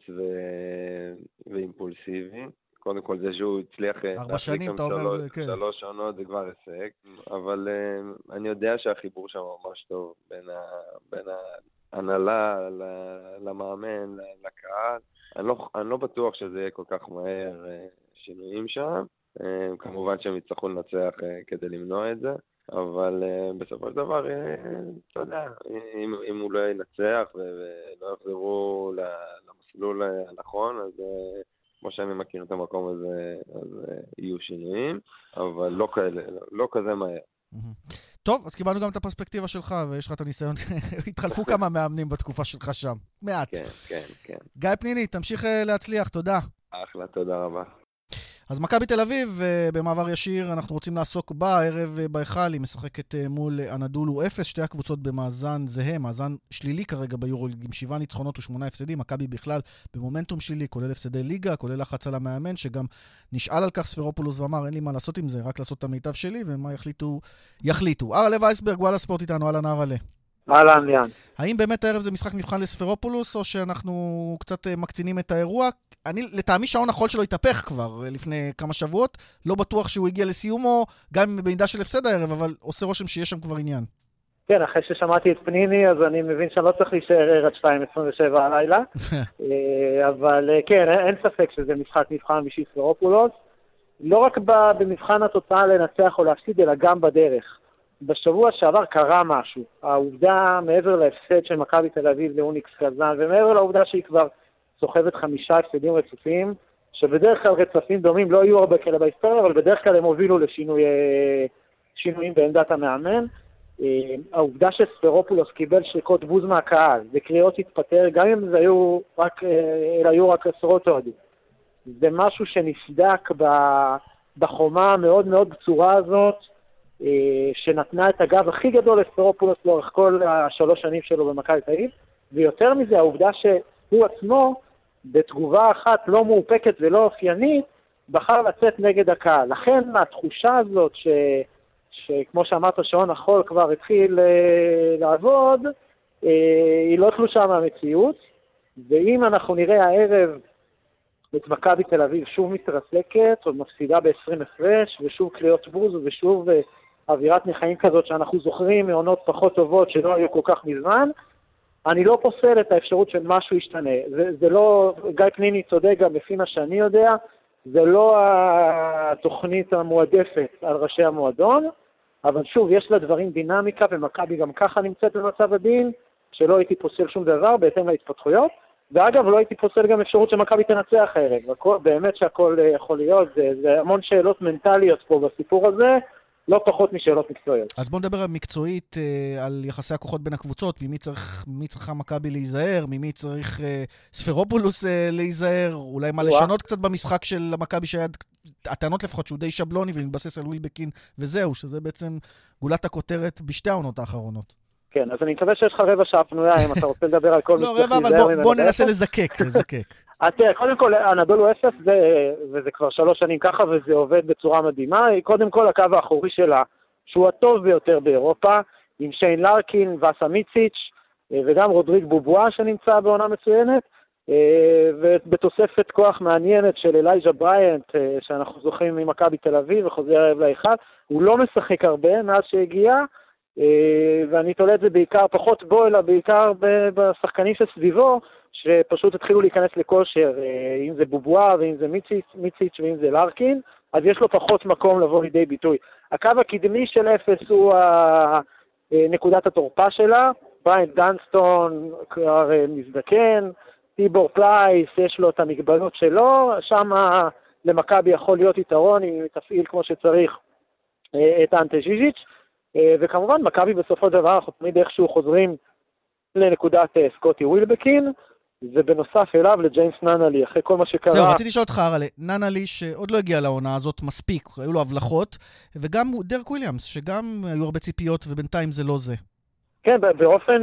ואימפולסיבי. קודם כל זה שהוא הצליח 4 שנים, אתה אומר זה, כן. 3 עונות זה כבר הישג, אבל אני יודע שהחיבור שם ממש טוב בין ההנהלה למאמן, לקהל. אני לא בטוח שזה יהיה כל כך מהר שינויים שם, כמובן שהם יצטרכו לנצח כדי למנוע את זה, אבל בסופו של דבר, אתה יודע, אם הוא לא ינצח ולא יחזרו למסלול הנכון, אז כמו שאני מכיר את המקום הזה, אז יהיו שינויים, אבל לא כזה מהר. טוב, אז קיבלנו גם את הפרספקטיבה שלך, ויש לך את הניסיון. התחלפו כמה מאמנים בתקופה שלך שם. מעט. כן. גיא פניני, תמשיך להצליח, תודה. אחלה, תודה רבה. אז מכבי תל אביב, במעבר ישיר, אנחנו רוצים לעסוק בה, הערב בהיכל, היא משחקת מול אנדולו 0, שתי הקבוצות במאזן זהה, מאזן שלילי כרגע ביורוליג, עם 7 ניצחונות ו8 הפסדים, מכבי בכלל במומנטום שלילי, כולל הפסדי ליגה, כולל לחץ על המאמן, שגם נשאל על כך ספרופולוס ואמר, אין לי מה לעשות עם זה, רק לעשות את המיטב שלי, ומה יחליטו. ארלה וייסברג, וואלה ספורט איתנו, אהלן ארלה. אהלן, ליאן. האם באמת הערב זה משחק מבחן לספרופולוס, או שאנחנו קצת מקצינים את האירוע? לטעמי שעון החול שלו התהפך כבר לפני כמה שבועות, לא בטוח שהוא הגיע לסיומו, גם במידה של הפסד הערב, אבל עושה רושם שיש שם כבר עניין. כן, אחרי ששמעתי את פניני, אז אני מבין שאני לא צריך להישאר עד 2:27 הלילה, אבל כן, אין ספק שזה משחק מבחן בשביל ספרופולוס, לא רק במבחן התוצאה לנצח או להפסיד, אלא גם בדרך. בשבוע שעבר קרה משהו. העובדה, מעבר להפסד של מכבי תל אביב לאוניקס קזאן, ומעבר לעובדה שהיא כבר סוחבת 5 הפסדים רצופים, שבדרך כלל רצפים דומים לא יהיו הרבה כאלה בהיסטוריה, אבל בדרך כלל הם הובילו לשינויים בעמדת המאמן. העובדה שספרופולוס קיבל שריקות בוז מהקהל, וקריאות התפטר, גם אם זה היו רק עשרות אוהדים. זה משהו שנסדק בחומה המאוד מאוד בצורה הזאת, שנתנה את הגב הכי גדול לספרופולוס לאורך כל 3 שנים שלו במכבי תל אביב, ויותר מזה העובדה שהוא עצמו בתגובה אחת לא מאופקת ולא אופיינית בחר לצאת נגד הקהל. לכן התחושה הזאת שכמו שאמרת שעון החול כבר התחיל לעבוד, היא לא תלושה מהמציאות, ואם אנחנו נראה הערב את מכבי תל אביב שוב מתרסקת, או מפסידה ב-20 הפרש, ושוב קריאות בוז, ושוב אווירת מחיים כזאת שאנחנו זוכרים מעונות פחות טובות שלא היו כל כך מזמן, אני לא פוסל את האפשרות של משהו ישתנה. זה לא, גיא פניני צודק גם לפי מה שאני יודע, זה לא התוכנית המועדפת על ראשי המועדון, אבל שוב, יש לה דברים דינמיקה, ומכבי גם ככה נמצאת במצב הדין, שלא הייתי פוסל שום דבר בהתאם להתפתחויות, ואגב, לא הייתי פוסל גם אפשרות שמכבי תנצח הערב. באמת שהכל יכול להיות, זה המון שאלות מנטליות פה בסיפור הזה, לא פחות משאלות מקצועיות. אז בוא נדבר מקצועית על יחסי הכוחות בין הקבוצות, ממי צריכה מכבי להיזהר, ממי צריך ספרופולוס להיזהר, אולי מה לשנות קצת במשחק של מכבי שהיה הטענות לפחות שהוא די שבלוני ומתבסס על ווילבקין וזהו, שזה בעצם גולת הכותרת בשתי העונות האחרונות. כן, אז אני מקווה שיש לך רבע שעה פנויה, אם אתה רוצה לדבר על כל לא, רבע, אבל בוא ננסה לזקק. קודם כל, אנדולו 0, וזה כבר 3 שנים ככה, וזה עובד בצורה מדהימה. קודם כל, הקו האחורי שלה, שהוא הטוב ביותר באירופה, עם שיין לארקין, וסה מיציץ', וגם רודריג בובואה שנמצא בעונה מצוינת, ובתוספת כוח מעניינת של אלייג'ה בריינט, שאנחנו זוכרים ממכבי תל אביב, וחוזר הערב לאחד. הוא לא משחק הרבה מאז שהגיע, ואני תולה את זה בעיקר פחות בו, אלא בעיקר בשחקנים שסביבו, שפשוט התחילו להיכנס לכושר, אם זה בובואה, ואם זה מיציץ' ואם זה לארקין, אז יש לו פחות מקום לבוא לידי ביטוי. הקו הקדמי של 0 הוא נקודת התורפה שלה, בריין דנסטון כבר מזדקן, טיבור פלייס, יש לו את המגבלות שלו, שם למכבי יכול להיות יתרון אם תפעיל כמו שצריך את אנטה ז'יז'יץ', וכמובן מכבי בסופו דבר אנחנו תמיד איכשהו חוזרים לנקודת סקוטי ווילבקין, ובנוסף אליו לג'יימס ננלי, אחרי כל מה שקרה. זהו, רציתי לשאול אותך, ננלי שעוד לא הגיע לעונה הזאת מספיק, היו לו הבלחות, וגם דרק וויליאמס, שגם היו הרבה ציפיות, ובינתיים זה לא זה. כן, באופן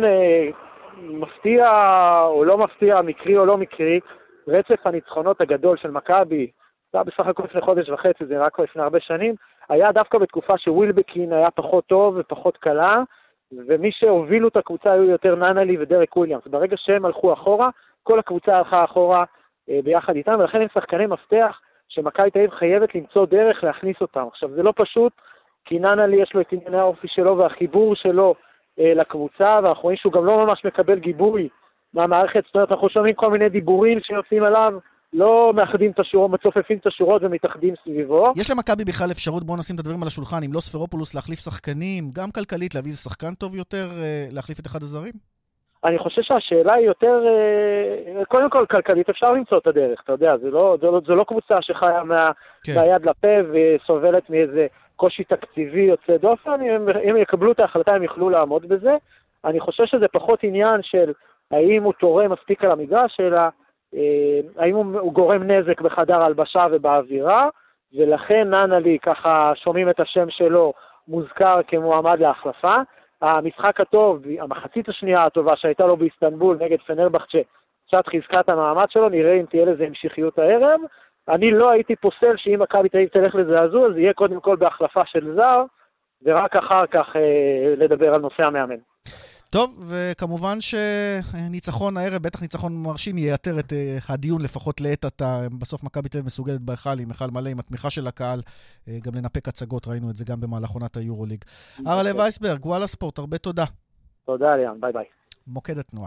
מפתיע או לא מפתיע, מקרי או לא מקרי, רצף הניצחונות הגדול של מכבי, זה היה בסך הכל לפני חודש וחצי, זה רק לפני הרבה שנים, היה דווקא בתקופה שווילבקין היה פחות טוב ופחות קלה, ומי שהובילו את הקבוצה היו יותר ננלי ודרק וויליאמס. ברגע שהם הלכו אחורה, כל הקבוצה הלכה אחורה ביחד איתם, ולכן הם שחקני מפתח שמכבי תל אביב חייבת למצוא דרך להכניס אותם. עכשיו, זה לא פשוט, כי ננלי יש לו את ענייני האופי שלו והחיבור שלו לקבוצה, ואנחנו רואים שהוא גם לא ממש מקבל גיבוי מהמערכת, זאת אומרת, אנחנו שומעים כל מיני דיבורים שיוצאים עליו, לא מאחדים את השורות, מצופפים את השורות ומתאחדים סביבו. יש למכבי בכלל אפשרות, בואו נשים את הדברים על השולחן, אם לא ספרופולוס להחליף שחקנים, גם כלכלית להביא איזה שחקן טוב יותר, להחליף את אחד הזרים? אני חושב שהשאלה היא יותר, קודם כל כלכלית אפשר למצוא את הדרך, אתה יודע, זה לא קבוצה שחיה מהיד לפה וסובלת מאיזה קושי תקציבי יוצא דופן, אם הם יקבלו את ההחלטה הם יוכלו לעמוד בזה. אני חושב שזה פחות עניין של האם הוא תורם מספיק על המגרש, אלא האם הוא גורם נזק בחדר הלבשה ובאווירה, ולכן ננלי, ככה שומעים את השם שלו, מוזכר כמועמד להחלפה. המשחק הטוב, המחצית השנייה הטובה שהייתה לו באיסטנבול נגד פנרבחצ'ה, קצת חיזקה את המעמד שלו, נראה אם תהיה לזה המשכיות הערב. אני לא הייתי פוסל שאם מכבי תל אביב תלך לזעזוע, אז יהיה קודם כל בהחלפה של זר, ורק אחר כך לדבר על נושא המאמן. טוב, וכמובן שניצחון הערב, בטח ניצחון מרשים, ייתר את הדיון לפחות לעת עתה. בסוף מכבי תל אביב מסוגלת בהיכל עם היכל מלא, עם התמיכה של הקהל, גם לנפק הצגות, ראינו את זה גם במהלך עונת היורוליג. הרלב וייסברג, וואלה ספורט, הרבה תודה. תודה, ליאן, ביי ביי. מוקד התנועה.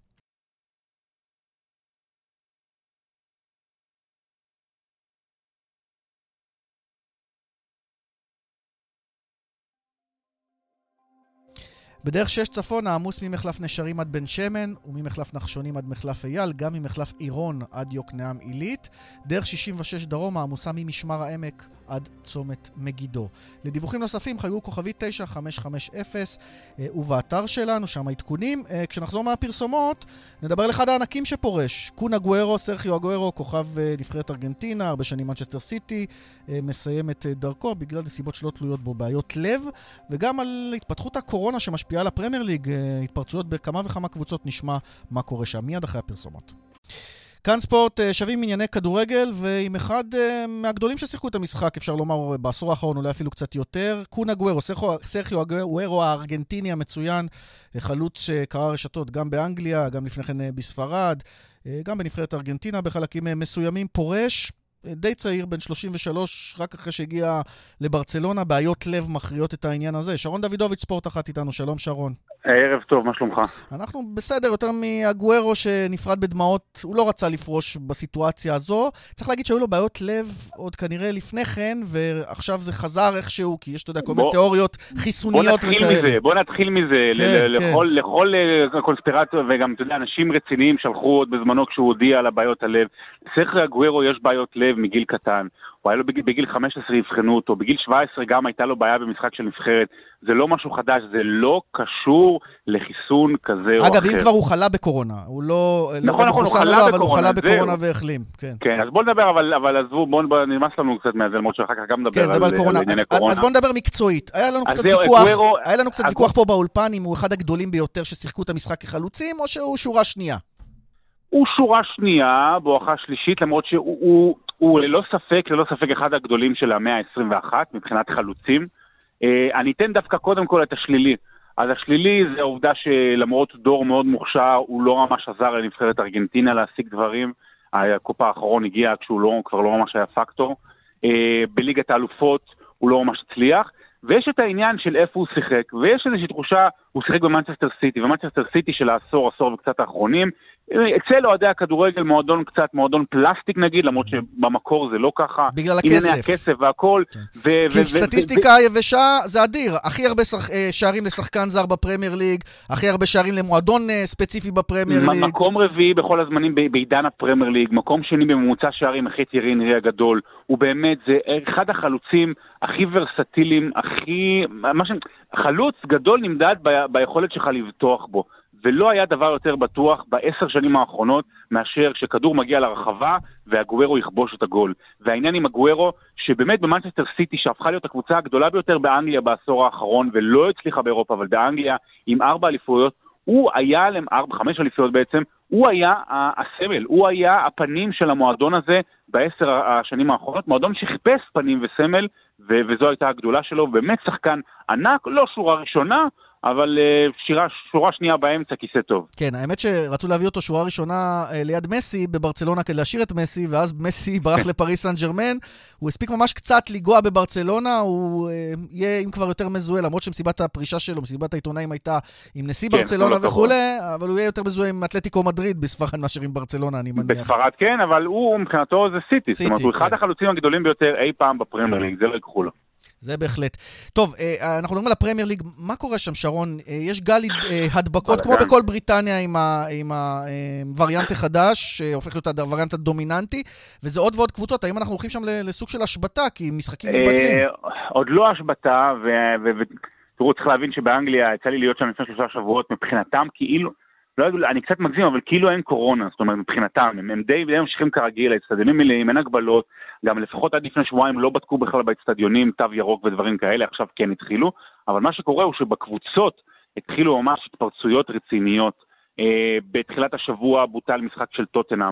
בדרך 6 צפון העמוס ממחלף נשרים עד בן שמן וממחלף נחשונים עד מחלף אייל, גם ממחלף עירון עד יוקנעם עילית. דרך 66 דרום העמוסה ממשמר העמק עד צומת מגידו. לדיווחים נוספים חיו כוכבי 9550 ובאתר שלנו, שם העדכונים. כשנחזור מהפרסומות, נדבר על אחד הענקים שפורש. קון אגוארו, סרחיו אגוארו, כוכב נבחרת ארגנטינה, הרבה שנים מנצ'סטר סיטי, מסיים את דרכו בגלל סיבות שלא תלויות בו, בעיות לב, וגם על התפתחות הקורונה שמשפיעה על הפרמייר ליג, התפרצויות בכמה וכמה קבוצות, נשמע מה קורה שם מיד אחרי הפרסומות. כאן ספורט, שווים ענייני כדורגל, ועם אחד מהגדולים ששיחקו את המשחק, אפשר לומר בעשור האחרון, אולי אפילו קצת יותר, קון אגוארו, סרחיו אגוארו הארגנטיני המצוין, חלוץ שקרא רשתות גם באנגליה, גם לפני כן בספרד, גם בנבחרת ארגנטינה בחלקים מסוימים, פורש, די צעיר, בן 33, רק אחרי שהגיע לברצלונה, בעיות לב מכריעות את העניין הזה. שרון דוידוביץ', ספורט אחת איתנו, שלום שרון. ערב טוב, מה שלומך? אנחנו בסדר, יותר מאגוארו שנפרד בדמעות, הוא לא רצה לפרוש בסיטואציה הזו. צריך להגיד שהיו לו בעיות לב עוד כנראה לפני כן, ועכשיו זה חזר איכשהו, כי יש, אתה יודע, כל מיני תיאוריות חיסוניות וכאלה. בוא נתחיל מזה, לכל הקונספירציה, וגם, אתה יודע, אנשים רציניים שלחו עוד בזמנו כשהוא הודיע על הבעיות הלב. סרחיו אגוארו יש בעיות לב מגיל קטן. הוא היה לו בגיל 15 יבחנו אותו, בגיל 17 גם הייתה לו בעיה במשחק של נבחרת. זה לא משהו חדש, זה לא קשור לחיסון כזה או אחר. אגב, אם כבר הוא חלה בקורונה, הוא לא... נכון, אבל הוא חלה בקורונה והחלים. כן, אז בוא נדבר, אבל עזבו, בוא נמאס לנו קצת מהזה, למרות שאחר כך גם נדבר על ענייני קורונה. אז בוא נדבר מקצועית. היה לנו קצת ויכוח פה באולפן, אם הוא אחד הגדולים ביותר ששיחקו את המשחק כחלוצים, או שהוא שורה שנייה? הוא שורה שנייה, בואכה שלישית, למרות שהוא ללא ספק אחד הגדולים של המאה ה-21, מבחינת חלוצים. אני אתן דווקא קודם כל את השלילי. אז השלילי זה העובדה שלמרות דור מאוד מוכשר, הוא לא ממש עזר לנבחרת ארגנטינה להשיג דברים. הקופה האחרון הגיע כשהוא כבר לא ממש היה פקטור. בליגת האלופות הוא לא ממש הצליח. ויש את העניין של איפה הוא שיחק, ויש איזושהי תחושה, הוא שיחק במנצ'סטר סיטי, ומנצ'סטר סיטי של העשור וקצת האחרונים, אצל אוהדי הכדורגל מועדון פלסטיק נגיד, למרות שבמקור זה לא ככה. בגלל הכסף. ענייני הכסף והכל. כי סטטיסטיקה יבשה זה אדיר, הכי הרבה שערים לשחקן זר בפרמייר ליג, הכי הרבה שערים למועדון ספציפי בפרמייר ליג. מקום רביעי בכל הזמנים בעידן הפרמייר ליג, מקום שני בממוצע שערים, הכי תירי נראה הגדול, הוא באמת, זה אחד החלוצים הכי ורסטיליים, חלוץ גדול נמדד ביכולת שלך לבטוח בו. ולא היה דבר יותר בטוח ב10 שנים האחרונות מאשר שכדור מגיע לרחבה והגוארו יכבוש את הגול. והעניין עם הגוארו שבאמת במנצ'סטר סיטי שהפכה להיות הקבוצה הגדולה ביותר באנגליה בעשור האחרון ולא הצליחה באירופה אבל באנגליה עם 4 אליפויות, הוא היה להם 5 אליפויות בעצם, הוא היה הסמל, הוא היה הפנים של המועדון הזה ב10 השנים האחרונות, מועדון שחיפש פנים וסמל וזו הייתה הגדולה שלו, באמת שחקן ענק, לא שורה ראשונה, אבל שורה שנייה באמצע, כיסא טוב. כן, האמת שרצו להביא אותו שורה ראשונה ליד מסי בברצלונה כדי להשאיר את מסי, ואז מסי ברח לפריס סן ז'רמן. הוא הספיק ממש קצת לגוע בברצלונה, הוא יהיה אם כבר יותר מזוהה, למרות שמסיבת הפרישה שלו, מסיבת העיתונאים הייתה עם נשיא ברצלונה וכו', אבל הוא יהיה יותר מזוהה עם אתלטיקו מדריד בספרד מאשר עם ברצלונה, אני מניח. בספרד כן, אבל הוא מבחינתו זה סיטי, זאת אומרת, הוא אחד החלוצים הגדולים ביותר אי פעם בפרמייר ליג, זה לא יקחו לו. זה בהחלט. טוב, אנחנו מדברים על הפרמייר ליג, מה קורה שם, שרון? יש גל הדבקות, כמו בכל בריטניה עם הווריאנט החדש, שהופך להיות הווריאנט הדומיננטי, וזה עוד ועוד קבוצות. האם אנחנו הולכים שם לסוג של השבטה, כי משחקים מתבטלים? עוד לא השבטה, ותראו, צריך להבין שבאנגליה יצא לי להיות שם לפני 3 שבועות, מבחינתם כאילו, אני קצת מגזים, אבל כאילו אין קורונה, זאת אומרת, מבחינתם, הם די ממשיכים כרגיל, האצטדיונים מלאים, אין הגבלות, גם לפחות עד לפני שבועיים לא בדקו בכלל באצטדיונים, תו ירוק ודברים כאלה, עכשיו כן התחילו, אבל מה שקורה הוא שבקבוצות התחילו ממש התפרצויות רציניות, בתחילת השבוע בוטל משחק של טוטנהאם,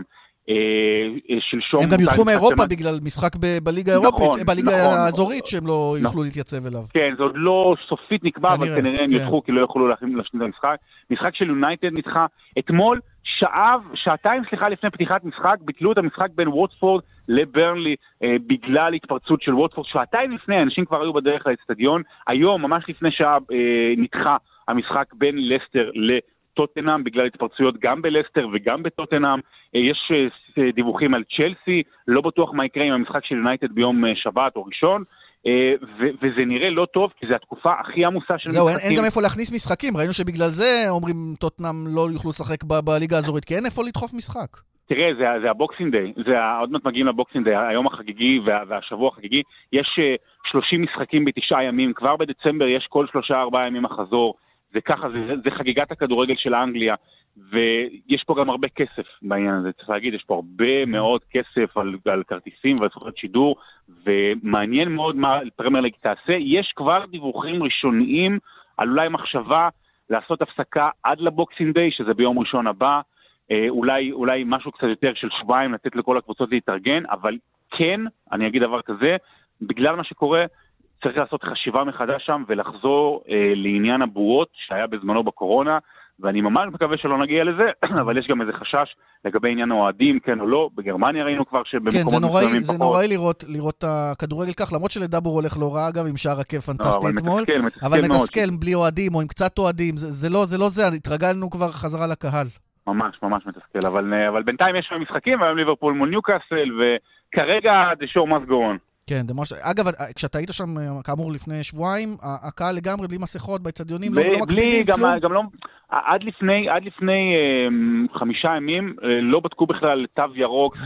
הם גם יוצחו מאירופה בגלל משחק בליגה האירופית, בליגה האזורית שהם לא יוכלו להתייצב אליו. כן, זה עוד לא סופית נקבע, אבל כנראה הם יוצחו כי לא יוכלו להשלים את המשחק. משחק של יונייטד נדחה אתמול, שעתיים לפני פתיחת משחק, ביטלו את המשחק בין ווטפורד לברנלי בגלל התפרצות של ווטפורד. שעתיים לפני, אנשים כבר היו בדרך לאצטדיון. היום, ממש לפני שעה, נדחה המשחק בין לסטר טוטנהאם, בגלל התפרצויות גם בלסטר וגם בטוטנהאם. יש דיווחים על צ'לסי, לא בטוח מה יקרה עם המשחק של יונייטד ביום שבת או ראשון, וזה נראה לא טוב, כי זה התקופה הכי עמוסה של משחקים. זהו, אין גם איפה להכניס משחקים, ראינו שבגלל זה אומרים טוטנהאם לא יוכלו לשחק בליגה האזורית, כי אין איפה לדחוף משחק. תראה, זה הבוקסינג דיי, עוד מעט מגיעים לבוקסינג דיי, היום החגיגי והשבוע החגיגי, יש 30 משחקים ב9 ימים, כבר בדצמבר יש כל 3-4 ימים החזור, זה ככה, זה חגיגת הכדורגל של האנגליה, ויש פה גם הרבה כסף בעניין הזה, צריך להגיד, יש פה הרבה מאוד כסף על כרטיסים ועל זכויות שידור, ומעניין מאוד מה פרמייר ליג תעשה. יש כבר דיווחים ראשוניים על אולי מחשבה לעשות הפסקה עד לבוקסינג דיי, שזה ביום ראשון הבא, אולי משהו קצת יותר של שבועיים לתת לכל הקבוצות להתארגן, אבל כן, אני אגיד דבר כזה, בגלל מה שקורה, צריך לעשות חשיבה מחדש שם ולחזור לעניין הבועות שהיה בזמנו בקורונה, ואני ממש מקווה שלא נגיע לזה, אבל יש גם איזה חשש לגבי עניין האוהדים, כן או לא. בגרמניה ראינו כבר שבמקומות מסוימים פחות. זה נוראי לראות הכדורגל כך, למרות שלדאבור הולך לא רע, אגב, עם שער עקב פנטסטי אתמול, אבל מתסכל בלי אוהדים או עם קצת אוהדים, זה לא זה, התרגלנו כבר חזרה לקהל. ממש מתסכל, אבל בינתיים יש משחקים, והיום ליברפול מול ניוקאסל, וכרגע the show must go on. כן, אגב, כשאתה היית שם, כאמור, לפני שבועיים, הקהל לגמרי בלי מסכות, באצטדיונים, לא מקפידים כלום. גם לא, עד לפני 5 ימים, לא בדקו בכלל תו ירוק,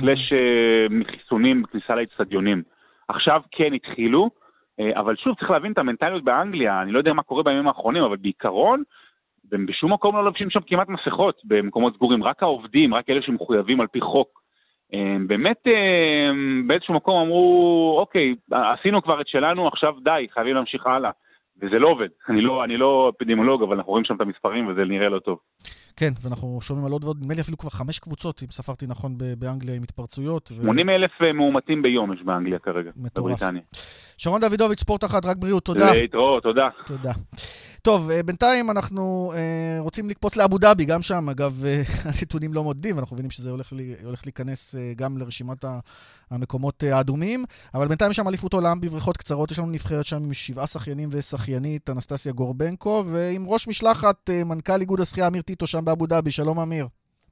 מחיסונים בכניסה לאצטדיונים. עכשיו כן התחילו, אבל שוב, צריך להבין את המנטליות באנגליה, אני לא יודע מה קורה בימים האחרונים, אבל בעיקרון, בשום מקום לא לובשים שם כמעט מסכות, במקומות סגורים, רק העובדים, רק אלה שמחויבים על פי חוק. באמת באיזשהו מקום אמרו, אוקיי, עשינו כבר את שלנו, עכשיו די, חייבים להמשיך הלאה. וזה לא עובד. אני לא אפידמיולוג, אבל אנחנו רואים שם את המספרים, וזה נראה לא טוב. כן, ואנחנו שומעים על עוד ועוד, נדמה לי אפילו כבר 5 קבוצות, אם ספרתי נכון, באנגליה עם התפרצויות. 80,000 מאומתים ביום יש באנגליה כרגע, בבריטניה. שרון דוידוביץ', ספורט אחת, רק בריאות, תודה. להתראות, תודה. תודה. טוב, בינתיים אנחנו רוצים לקפוץ לאבו דאבי, גם שם, אגב, הנתונים לא מודדים, ואנחנו מבינים שזה הולך להיכנס גם לרשימת המקומות האדומים, אבל בינתיים יש שם אליפות עולם בבריכות קצרות, יש לנו נבחרת שם עם 7 שחיינים ושחיינית, אנסטסיה גורבנקו, ועם ראש משלחת, מנכ"ל איגוד השחייה אמיר טיטו שם באבו דאבי. שלום אמיר.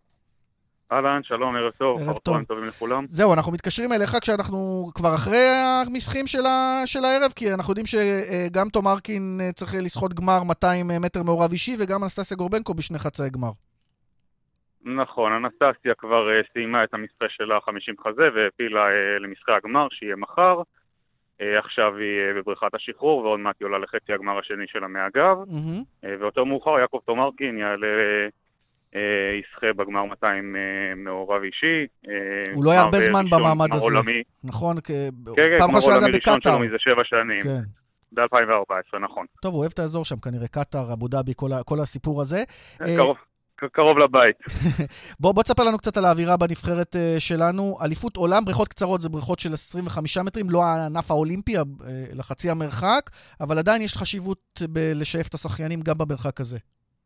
אהלן, שלום, ערב טוב, חרצויים טובים לכולם. זהו, אנחנו מתקשרים אליך כשאנחנו כבר אחרי המשחקים של הערב, כי אנחנו יודעים שגם תום ארקין צריך לשחות גמר 200 מטר מעורב אישי, וגם אנסטסיה גורבנקו בשני חצאי גמר. נכון, אנסטסיה כבר סיימה את המשחק שלה 50 חזה, והפילה למשחק הגמר שיהיה מחר. עכשיו היא בבריכת השחרור, ועוד מעט היא עולה לחצי הגמר השני של המאגב. ואותו מאוחר, יעקב תום ארקין יעלה ישחה בגמר 200 מעורב אישי. הוא לא היה הרבה זמן במעמד הזה. נכון, פעם ראשונה זה היה בקטר. ראשון שלו מזה 7 שנים. ב-2014, נכון. טוב, הוא אוהב את האזור שם, כנראה קטר, אבו דאבי, כל הסיפור הזה. קרוב לבית. בוא תספר לנו קצת על האווירה בנבחרת שלנו. אליפות עולם, בריכות קצרות זה בריכות של 25 מטרים, לא הענף האולימפי, לחצי המרחק, אבל עדיין יש חשיבות לשאף את השחיינים גם במרחק הזה.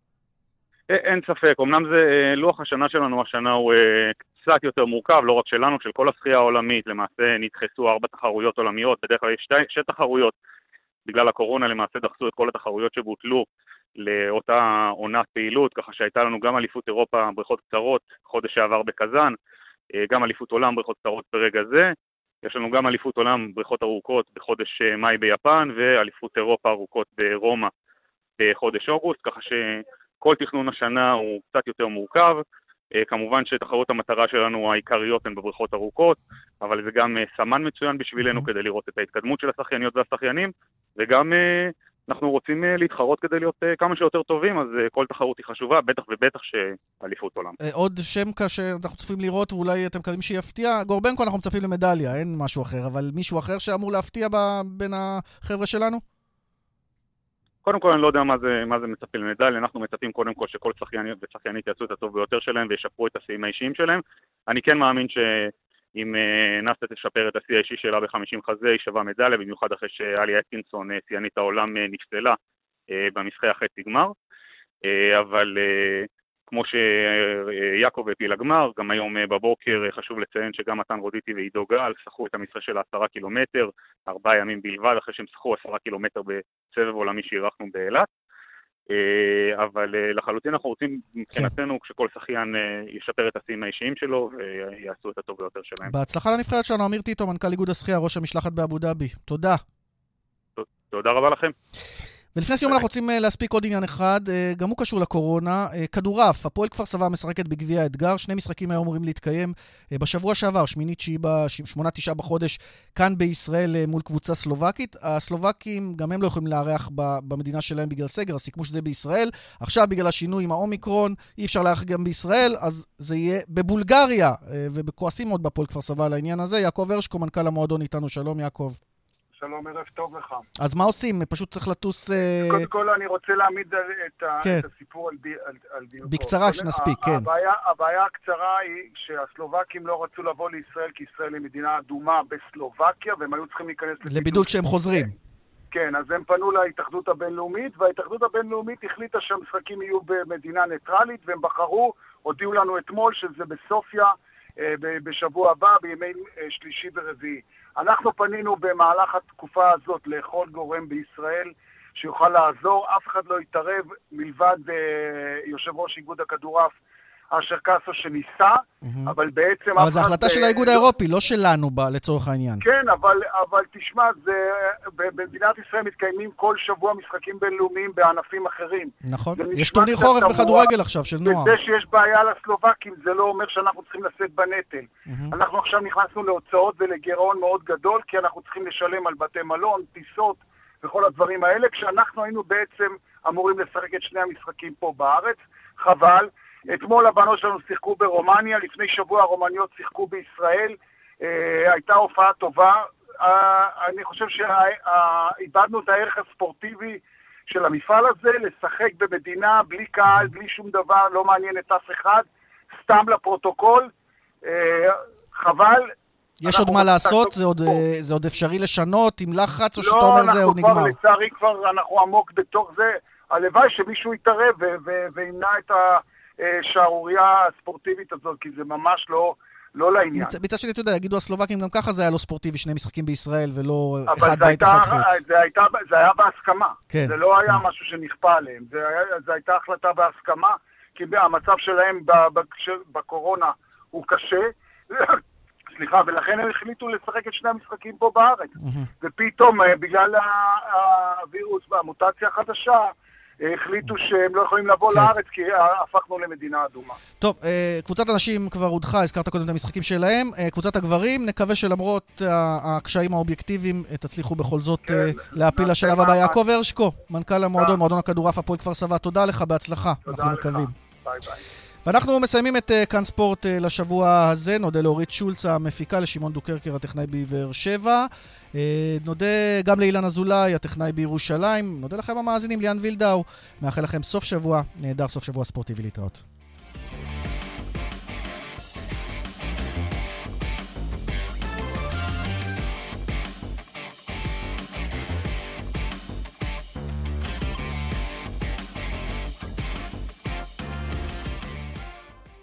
אין ספק, אמנם זה לוח השנה שלנו, השנה הוא קצת יותר מורכב, לא רק שלנו, של כל השחייה העולמית, למעשה נדחסו 4 תחרויות עולמיות, בדרך כלל יש 2 תחרויות, בגלל הקורונה למעשה דחסו את כל התחרויות שבוטלו לאותה עונת פעילות, ככה שהייתה לנו גם אליפות אירופה בריכות קצרות, חודש שעבר בקזן, גם אליפות עולם בריכות קצרות ברגע זה, יש לנו גם אליפות עולם בריכות ארוכות בחודש מאי ביפן, ואליפות אירופה ארוכות ברומא בחודש אוגוסט, ככה שכל תכנון השנה הוא קצת יותר מורכב. כמובן שתחרות המטרה שלנו העיקריות הן בבריכות ארוכות, אבל זה גם סמן מצוין בשבילנו כדי לראות את ההתקדמות של השחייניות והשחיינים, וגם אנחנו רוצים להתחרות כדי להיות כמה שיותר טובים, אז כל תחרות היא חשובה, בטח ובטח שאליפות עולם. עוד שמקה שאנחנו צופים לראות, ואולי אתם מקווים שיפתיע, גורבנקו אנחנו מצפים למדליה, אין משהו אחר, אבל מישהו אחר שאמור להפתיע בין החבר'ה שלנו? קודם כל אני לא יודע מה זה מצפים למדליה, אנחנו מצפים קודם כל שכל שחיין ושחיינית יעשו את הטוב ביותר שלהם וישפרו את השיאים האישיים שלהם. אני כן מאמין שאם נסטה תשפר את השיא האישי שלה ב-50 חזה, היא שווה מדליה, במיוחד אחרי שאלי אטקינסון, שיאנית העולם, נפסלה במשחקי החצי גמר. אבל כמו שיעקב הפיל הגמר, גם היום בבוקר חשוב לציין שגם מתן רודיטי ועידו גל שחו את המשחק של 10 קילומטר, 4 ימים בלבד, אחרי שהם שחו 10 קילומטר בסבב עולמי שעירכנו באילת. אבל לחלוטין אנחנו רוצים מבחינתנו כשכל שחיין ישפר את השיאים האישיים שלו ויעשו את הטוב ביותר שלהם. בהצלחה לנבחרת שלנו, אמיר טיטו, מנכ"ל איגוד השחייה, ראש המשלחת באבו דאבי. תודה. תודה רבה לכם. ולפני סיום אנחנו רוצים להספיק עוד עניין אחד, גם הוא קשור לקורונה, כדורעף, הפועל כפר סבא משחקת בגביע האתגר, 2 משחקים היו אמורים להתקיים בשבוע שעבר, 8-9 בחודש, כאן בישראל מול קבוצה סלובקית. הסלובקים גם הם לא יכולים לארח במדינה שלהם בגלל סגר, אז סיכמו שזה בישראל. עכשיו בגלל השינוי עם האומיקרון, אי אפשר לארח גם בישראל, אז זה יהיה בבולגריה, ובכועסים עוד בפועל כפר סבא על העניין הזה. יעקב הרשקו, מנכ"ל המועדון איתנו, שלום יעקב. שלום, ערב טוב לך. אז מה עושים? פשוט צריך לטוס... קודם כל אני רוצה להעמיד את הסיפור על דיוקו. בקצרה שנספיק, כן. הבעיה הקצרה היא שהסלובקים לא רצו לבוא לישראל, כי ישראל היא מדינה אדומה בסלובקיה, והם היו צריכים להיכנס לבידוד כשהם חוזרים. כן, אז הם פנו להתאחדות הבינלאומית, וההתאחדות הבינלאומית החליטה שהמשחקים יהיו במדינה ניטרלית, והם בחרו, הודיעו לנו אתמול שזה בסופיה, בשבוע הבא, בימי שלישי ורביעי. אנחנו פנינו במהלך התקופה הזאת לכל גורם בישראל שיוכל לעזור, אף אחד לא יתערב מלבד יושב ראש איגוד הכדורעף אשר קאסו שניסה, אבל בעצם... אבל זו החלטה של האיגוד האירופי, לא שלנו לצורך העניין. כן, אבל תשמע, במדינת ישראל מתקיימים כל שבוע משחקים בינלאומיים בענפים אחרים. נכון, יש טורניר חורף בכדורגל עכשיו של נוער. וזה שיש בעיה לסלובקים, זה לא אומר שאנחנו צריכים לשאת בנטל. אנחנו עכשיו נכנסנו להוצאות ולגירעון מאוד גדול, כי אנחנו צריכים לשלם על בתי מלון, טיסות וכל הדברים האלה, כשאנחנו היינו בעצם אמורים לשחק את שני המשחקים פה בארץ. חבל. אתמול הבנות שלנו שיחקו ברומניה, לפני שבוע הרומניות שיחקו בישראל, הייתה הופעה טובה. אני חושב שאיבדנו את הערך הספורטיבי של המפעל הזה, לשחק במדינה בלי קהל, בלי שום דבר, לא מעניין את אף אחד, סתם לפרוטוקול, חבל. יש עוד מה לעשות? זה עוד אפשרי לשנות עם לחץ, או שאתה אומר זהו, נגמר? לא, לצערי כבר אנחנו עמוק בתוך זה, הלוואי שמישהו יתערב וימנע את השערוריה הספורטיבית הזאת, כי זה ממש לא לעניין. מצד שני, אתה יודע, יגידו הסלובקים גם ככה זה היה לא ספורטיבי, 2 משחקים בישראל ולא אחד בית אחד חוץ. זה היה בהסכמה. זה לא היה משהו שנכפה עליהם. זה הייתה החלטה בהסכמה, כי המצב שלהם בקורונה הוא קשה. סליחה, ולכן הם החליטו לשחק את 2 המשחקים פה בארץ. ופתאום, בגלל הווירוס והמוטציה החדשה, החליטו שהם לא יכולים לבוא לארץ כי הפכנו למדינה אדומה. טוב, קבוצת הנשים כבר הודחה, הזכרת קודם את המשחקים שלהם. קבוצת הגברים, נקווה שלמרות הקשיים האובייקטיביים תצליחו בכל זאת להפיל לשלב הבא. יעקב הרשקו, מנכ"ל המועדון, מועדון הכדורעף הפועל כפר סבא, תודה לך, בהצלחה. אנחנו מקווים. ביי ביי. ואנחנו מסיימים את כאן ספורט לשבוע הזה. נודה לאורית שולץ המפיקה, לשמעון דוקרקר הטכנאי בבאר שבע, נודה גם לאילן אזולאי הטכנאי בירושלים, נודה לכם המאזינים, ליאן וילדאו, מאחל לכם סוף שבוע נהדר, סוף שבוע ספורטיבי, להתראות.